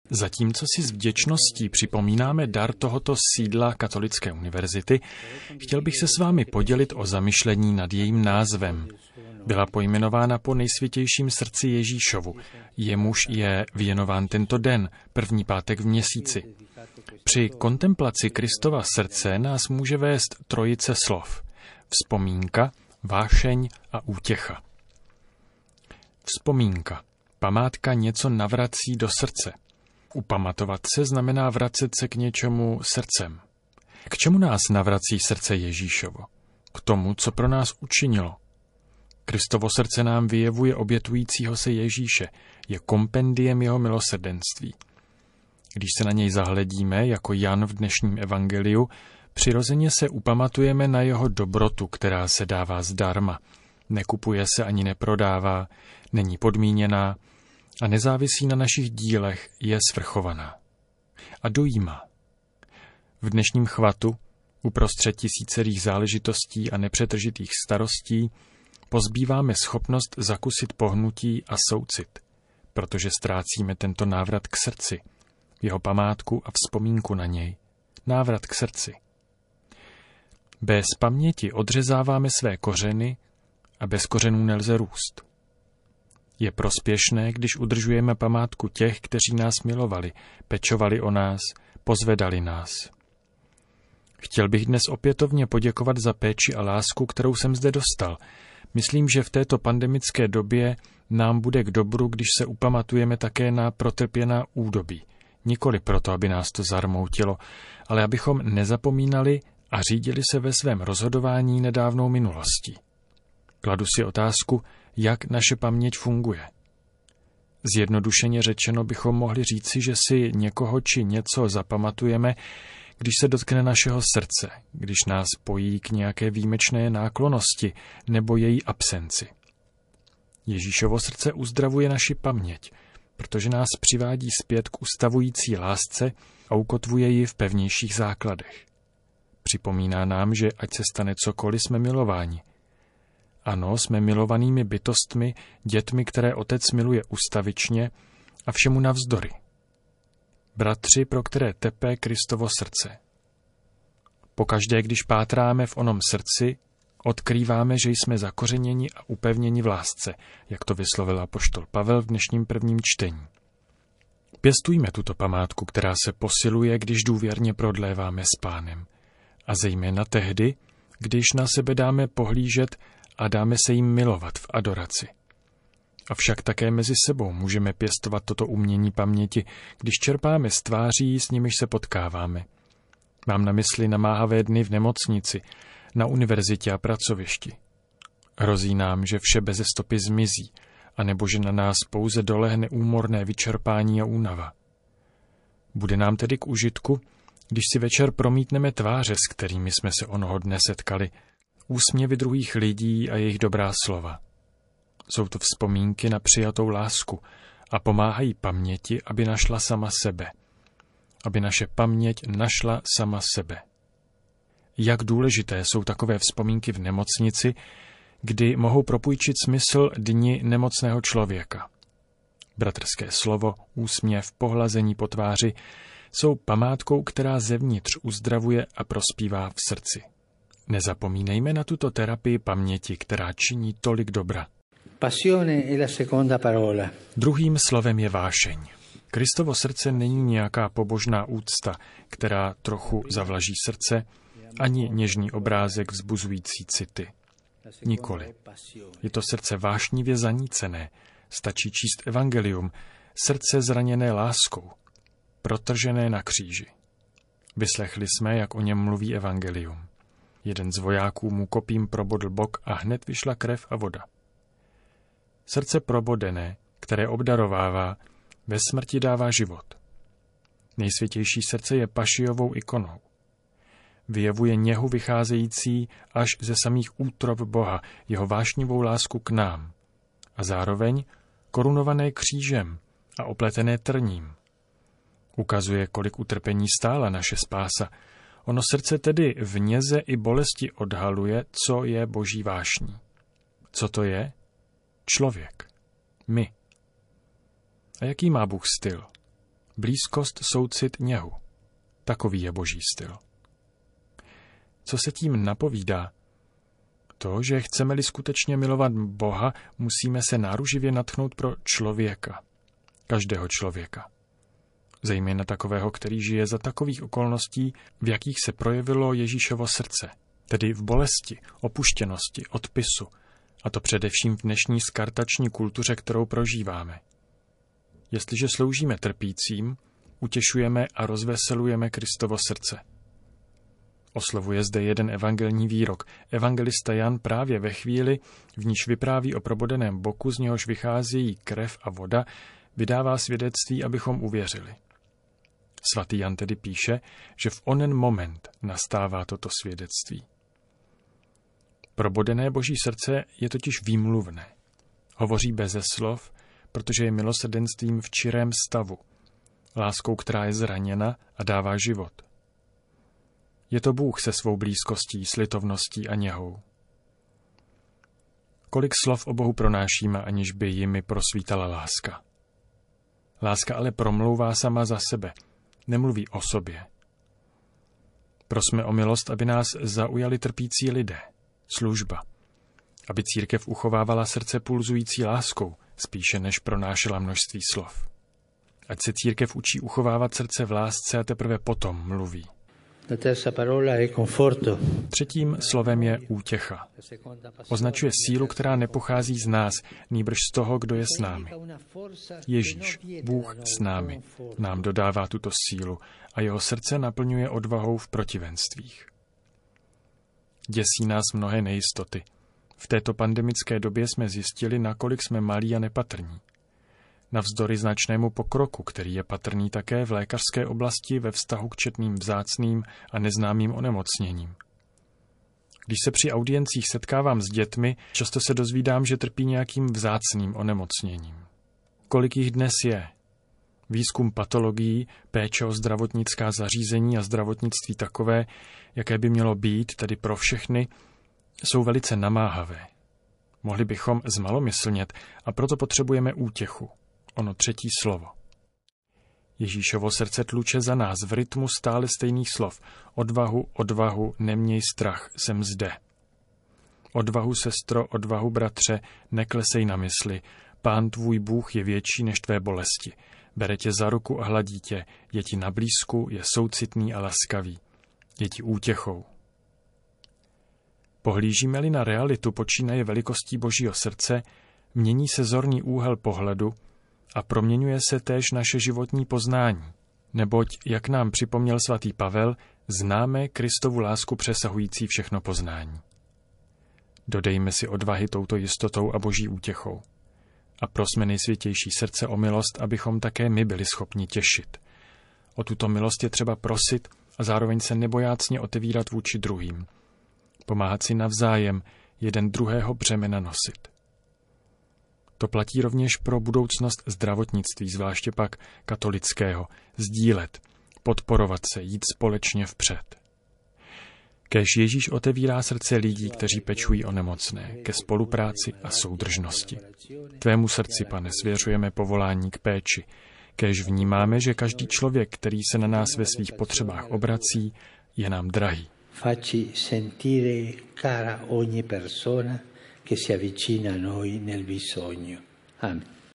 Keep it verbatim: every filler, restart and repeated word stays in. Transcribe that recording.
Zatímco si s vděčností připomínáme dar tohoto sídla Katolické univerzity, chtěl bych se s vámi podělit o zamyšlení nad jejím názvem. Byla pojmenována po nejsvětějším srdci Ježíšovu, jemuž je věnován tento den, první pátek v měsíci. Při kontemplaci Kristova srdce nás může vést trojice slov. Vzpomínka, vášeň a útěcha. Vzpomínka. Památka něco navrací do srdce. Upamatovat se znamená vracet se k něčemu srdcem. K čemu nás navrací srdce Ježíšovo? K tomu, co pro nás učinilo. Kristovo srdce nám vyjevuje obětujícího se Ježíše, je kompendiem jeho milosrdenství. Když se na něj zahledíme, jako Jan v dnešním evangeliu, přirozeně se upamatujeme na jeho dobrotu, která se dává zdarma. Nekupuje se ani neprodává, není podmíněná a nezávisí na našich dílech, je svrchovaná. A dojímá. V dnešním chvatu, uprostřed tisícerých záležitostí a nepřetržitých starostí, pozbýváme schopnost zakusit pohnutí a soucit, protože ztrácíme tento návrat k srdci, jeho památku a vzpomínku na něj. Návrat k srdci. Bez paměti odřezáváme své kořeny a bez kořenů nelze růst. Je prospěšné, když udržujeme památku těch, kteří nás milovali, pečovali o nás, pozvedali nás. Chtěl bych dnes opětovně poděkovat za péči a lásku, kterou jsem zde dostal. Myslím, že v této pandemické době nám bude k dobru, když se upamatujeme také na protrpěná údobí. Nikoli proto, aby nás to zarmoutilo, ale abychom nezapomínali a řídili se ve svém rozhodování nedávnou minulostí. Kladu si otázku, jak naše paměť funguje. Zjednodušeně řečeno bychom mohli říci, že si někoho či něco zapamatujeme, když se dotkne našeho srdce, když nás pojí k nějaké výjimečné náklonnosti nebo její absenci. Ježíšovo srdce uzdravuje naši paměť, protože nás přivádí zpět k ustavující lásce a ukotvuje ji v pevnějších základech. Připomíná nám, že ať se stane cokoliv, jsme milováni. Ano, jsme milovanými bytostmi, dětmi, které otec miluje ustavičně a všemu navzdory. Bratři, pro které tepe Kristovo srdce. Pokaždé, když pátráme v onom srdci, odkrýváme, že jsme zakořeněni a upevněni v lásce, jak to vyslovil apoštol Pavel v dnešním prvním čtení. Pěstujme tuto památku, která se posiluje, když důvěrně prodléváme s Pánem. A zejména tehdy, když na sebe dáme pohlížet a dáme se jim milovat v adoraci. Avšak také mezi sebou můžeme pěstovat toto umění paměti, když čerpáme z tváří, s nimiž se potkáváme. Mám na mysli namáhavé dny v nemocnici, na univerzitě a pracovišti. Hrozí nám, že vše beze stopy zmizí, anebo že na nás pouze dolehne úmorné vyčerpání a únava. Bude nám tedy k užitku, když si večer promítneme tváře, s kterými jsme se onoho dne setkali, úsměvy druhých lidí a jejich dobrá slova. Jsou to vzpomínky na přijatou lásku a pomáhají paměti, aby našla sama sebe. Aby naše paměť našla sama sebe. Jak důležité jsou takové vzpomínky v nemocnici, kdy mohou propůjčit smysl dni nemocného člověka. Bratrské slovo, úsměv, pohlazení po tváři jsou památkou, která zevnitř uzdravuje a prospívá v srdci. Nezapomínejme na tuto terapii paměti, která činí tolik dobra. Passione è la seconda parola. Druhým slovem je vášeň. Kristovo srdce není nějaká pobožná úcta, která trochu zavlaží srdce, ani něžný obrázek vzbuzující city. Nikoli. Je to srdce vášnivě zanícené. Stačí číst evangelium, srdce zraněné láskou, protržené na kříži. Vyslechli jsme, jak o něm mluví evangelium. Jeden z vojáků mu kopím probodl bok a hned vyšla krev a voda. Srdce probodené, které obdarovává, ve smrti dává život. Nejsvětější srdce je Pašiovou ikonou. Vyjevuje něhu vycházející až ze samých útrob Boha, jeho vášnivou lásku k nám. A zároveň korunované křížem a opletené trním. Ukazuje, kolik utrpení stála naše spása. Ono srdce tedy v něze i bolesti odhaluje, co je boží vášní. Co to je? Člověk. My. A jaký má Bůh styl? Blízkost, soucit, něhu. Takový je Boží styl. Co se tím napovídá? To, že chceme-li skutečně milovat Boha, musíme se náruživě nadchnout pro člověka. Každého člověka. Zejména takového, který žije za takových okolností, v jakých se projevilo Ježíšovo srdce, tedy v bolesti, opuštěnosti, odpisu, a to především v dnešní skartační kultuře, kterou prožíváme. Jestliže sloužíme trpícím, utěšujeme a rozveselujeme Kristovo srdce. Oslovuje zde jeden evangelní výrok. Evangelista Jan právě ve chvíli, v níž vypráví o probodeném boku, z něhož vycházejí krev a voda, vydává svědectví, abychom uvěřili. Svatý Jan tedy píše, že v onen moment nastává toto svědectví. Probodené Boží srdce je totiž výmluvné. Hovoří beze slov, protože je milosrdenstvím v čirém stavu, láskou, která je zraněna a dává život. Je to Bůh se svou blízkostí, slitovností a něhou. Kolik slov o Bohu pronášíme, aniž by jimi prosvítala láska. Láska ale promlouvá sama za sebe, nemluví o sobě. Prosme o milost, aby nás zaujali trpící lidé, služba, aby církev uchovávala srdce pulzující láskou, spíše než pronášela množství slov. Ať se církev učí uchovávat srdce v lásce a teprve potom mluví. Třetím slovem je útěcha. Označuje sílu, která nepochází z nás, nýbrž z toho, kdo je s námi. Ježíš, Bůh s námi, nám dodává tuto sílu a jeho srdce naplňuje odvahou v protivenstvích. Děsí nás mnohé nejistoty. V této pandemické době jsme zjistili, nakolik jsme malí a nepatrní. Navzdory značnému pokroku, který je patrný také v lékařské oblasti ve vztahu k četným vzácným a neznámým onemocněním. Když se při audiencích setkávám s dětmi, často se dozvídám, že trpí nějakým vzácným onemocněním. Kolik jich dnes je? Výzkum patologií, péče o zdravotnická zařízení a zdravotnictví takové, jaké by mělo být, tedy pro všechny, jsou velice namáhavé. Mohli bychom zmalomyslnět a proto potřebujeme útěchu. Ono třetí slovo. Ježíšovo srdce tluče za nás v rytmu stále stejných slov. Odvahu, odvahu, neměj strach, jsem zde. Odvahu, sestro, odvahu, bratře, neklesej na mysli. Pán tvůj Bůh je větší než tvé bolesti. Bere tě za ruku a hladí tě, je ti na blízku, je soucitný a laskavý. Je ti útěchou. Pohlížíme-li na realitu počínaje velikostí Božího srdce, mění se zorný úhel pohledu a proměňuje se též naše životní poznání. Neboť, jak nám připomněl svatý Pavel, známe Kristovu lásku přesahující všechno poznání. Dodejme si odvahy touto jistotou a Boží útěchou. A prosme nejsvětější srdce o milost, abychom také my byli schopni těšit. O tuto milost je třeba prosit a zároveň se nebojácně otevírat vůči druhým. Pomáhat si navzájem, jeden druhého břemena nosit. To platí rovněž pro budoucnost zdravotnictví, zvláště pak katolického, sdílet, podporovat se, jít společně vpřed. Kéž Ježíš otevírá srdce lidí, kteří pečují o nemocné, ke spolupráci a soudržnosti. Tvému srdci, Pane, svěřujeme povolání k péči, kéž vnímáme, že každý člověk, který se na nás ve svých potřebách obrací, je nám drahý. Facci sentire cara ogni persona che si avvicina a noi nel bisogno. Amen.